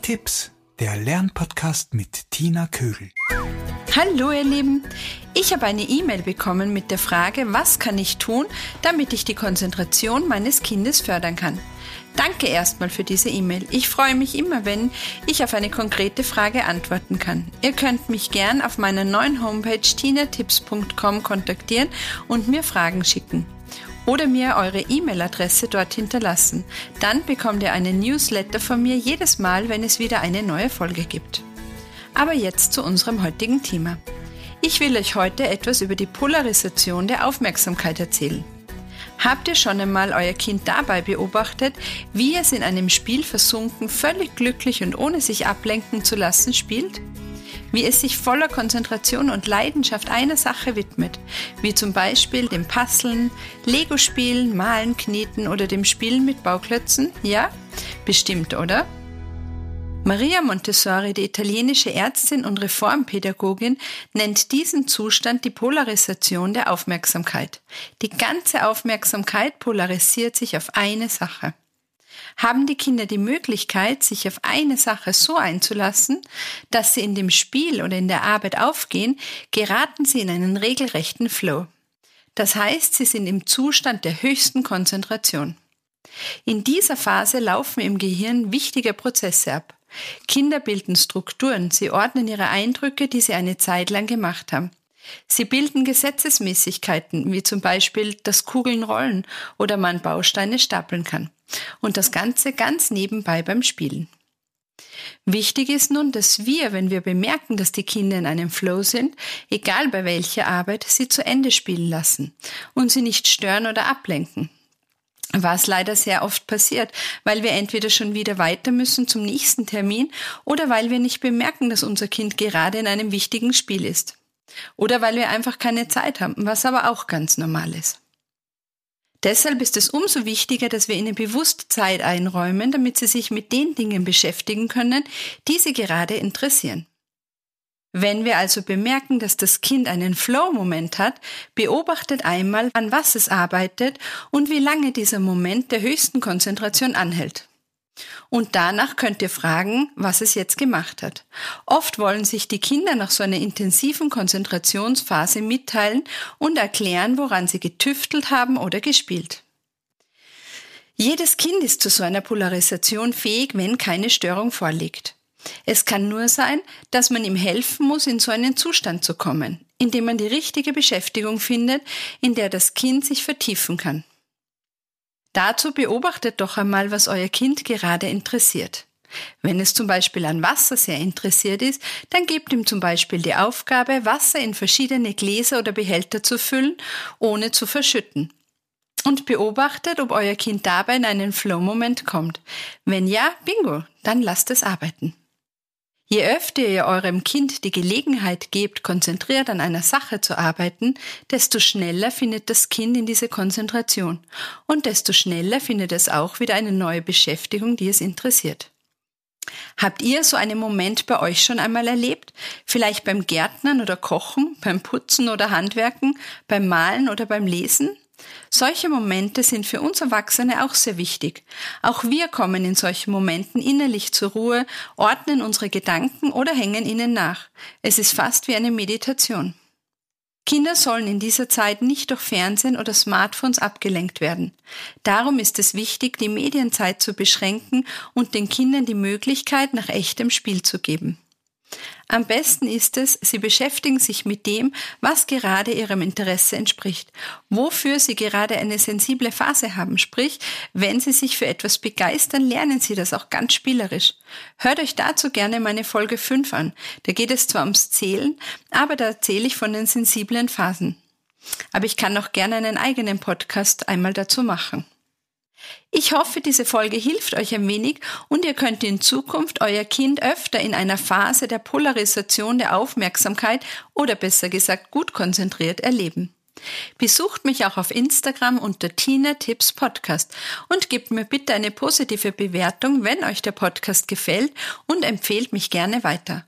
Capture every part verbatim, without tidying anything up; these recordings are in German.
Tina Tipps, der Lernpodcast mit Tina Kögel. Hallo ihr Lieben, ich habe eine E-Mail bekommen mit der Frage, was kann ich tun, damit ich die Konzentration meines Kindes fördern kann. Danke erstmal für diese E-Mail. Ich freue mich immer, wenn ich auf eine konkrete Frage antworten kann. Ihr könnt mich gern auf meiner neuen Homepage tina tipps punkt com kontaktieren und mir Fragen schicken. Oder mir eure E-Mail-Adresse dort hinterlassen. Dann bekommt ihr einen Newsletter von mir jedes Mal, wenn es wieder eine neue Folge gibt. Aber jetzt zu unserem heutigen Thema. Ich will euch heute etwas über die Polarisation der Aufmerksamkeit erzählen. Habt ihr schon einmal euer Kind dabei beobachtet, wie es in einem Spiel versunken, völlig glücklich und ohne sich ablenken zu lassen spielt? Wie es sich voller Konzentration und Leidenschaft einer Sache widmet, wie zum Beispiel dem Puzzeln, Lego-Spielen, Malen, Kneten oder dem Spielen mit Bauklötzen? Ja? Bestimmt, oder? Maria Montessori, die italienische Ärztin und Reformpädagogin, nennt diesen Zustand die Polarisation der Aufmerksamkeit. Die ganze Aufmerksamkeit polarisiert sich auf eine Sache. Haben die Kinder die Möglichkeit, sich auf eine Sache so einzulassen, dass sie in dem Spiel oder in der Arbeit aufgehen, geraten sie in einen regelrechten Flow. Das heißt, sie sind im Zustand der höchsten Konzentration. In dieser Phase laufen im Gehirn wichtige Prozesse ab. Kinder bilden Strukturen, sie ordnen ihre Eindrücke, die sie eine Zeit lang gemacht haben. Sie bilden Gesetzesmäßigkeiten, wie zum Beispiel, dass Kugeln rollen oder man Bausteine stapeln kann. Und das Ganze ganz nebenbei beim Spielen. Wichtig ist nun, dass wir, wenn wir bemerken, dass die Kinder in einem Flow sind, egal bei welcher Arbeit, sie zu Ende spielen lassen und sie nicht stören oder ablenken. Was leider sehr oft passiert, weil wir entweder schon wieder weiter müssen zum nächsten Termin oder weil wir nicht bemerken, dass unser Kind gerade in einem wichtigen Spiel ist. Oder weil wir einfach keine Zeit haben, was aber auch ganz normal ist. Deshalb ist es umso wichtiger, dass wir ihnen bewusst Zeit einräumen, damit sie sich mit den Dingen beschäftigen können, die sie gerade interessieren. Wenn wir also bemerken, dass das Kind einen Flow-Moment hat, beobachtet einmal, an was es arbeitet und wie lange dieser Moment der höchsten Konzentration anhält. Und danach könnt ihr fragen, was es jetzt gemacht hat. Oft wollen sich die Kinder nach so einer intensiven Konzentrationsphase mitteilen und erklären, woran sie getüftelt haben oder gespielt. Jedes Kind ist zu so einer Polarisation fähig, wenn keine Störung vorliegt. Es kann nur sein, dass man ihm helfen muss, in so einen Zustand zu kommen, indem man die richtige Beschäftigung findet, in der das Kind sich vertiefen kann. Dazu beobachtet doch einmal, was euer Kind gerade interessiert. Wenn es zum Beispiel an Wasser sehr interessiert ist, dann gebt ihm zum Beispiel die Aufgabe, Wasser in verschiedene Gläser oder Behälter zu füllen, ohne zu verschütten. Und beobachtet, ob euer Kind dabei in einen Flow-Moment kommt. Wenn ja, bingo, dann lasst es arbeiten. Je öfter ihr eurem Kind die Gelegenheit gebt, konzentriert an einer Sache zu arbeiten, desto schneller findet das Kind in diese Konzentration und desto schneller findet es auch wieder eine neue Beschäftigung, die es interessiert. Habt ihr so einen Moment bei euch schon einmal erlebt? Vielleicht beim Gärtnern oder Kochen, beim Putzen oder Handwerken, beim Malen oder beim Lesen? Solche Momente sind für uns Erwachsene auch sehr wichtig. Auch wir kommen in solchen Momenten innerlich zur Ruhe, ordnen unsere Gedanken oder hängen ihnen nach. Es ist fast wie eine Meditation. Kinder sollen in dieser Zeit nicht durch Fernsehen oder Smartphones abgelenkt werden. Darum ist es wichtig, die Medienzeit zu beschränken und den Kindern die Möglichkeit, nach echtem Spiel zu geben. Am besten ist es, sie beschäftigen sich mit dem, was gerade ihrem Interesse entspricht, wofür sie gerade eine sensible Phase haben, sprich, wenn sie sich für etwas begeistern, lernen sie das auch ganz spielerisch. Hört euch dazu gerne meine Folge fünf an, da geht es zwar ums Zählen, aber da erzähle ich von den sensiblen Phasen. Aber ich kann auch gerne einen eigenen Podcast einmal dazu machen. Ich hoffe, diese Folge hilft euch ein wenig und ihr könnt in Zukunft euer Kind öfter in einer Phase der Polarisation der Aufmerksamkeit oder besser gesagt gut konzentriert erleben. Besucht mich auch auf Instagram unter Tina Tipps Podcast und gebt mir bitte eine positive Bewertung, wenn euch der Podcast gefällt und empfehlt mich gerne weiter.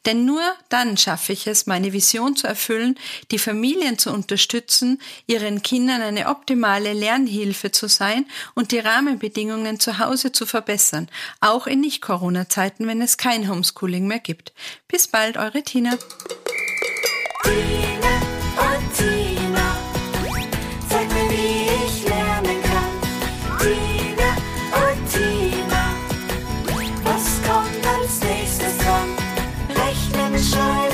Denn nur dann schaffe ich es, meine Vision zu erfüllen, die Familien zu unterstützen, ihren Kindern eine optimale Lernhilfe zu sein und die Rahmenbedingungen zu Hause zu verbessern, auch in Nicht-Corona-Zeiten, wenn es kein Homeschooling mehr gibt. Bis bald, eure Tina. Tina und Tina, zeig mir, wie ich lernen kann. Tina und Tina, was kommt als nächstes dran? Rechnen, schreiben.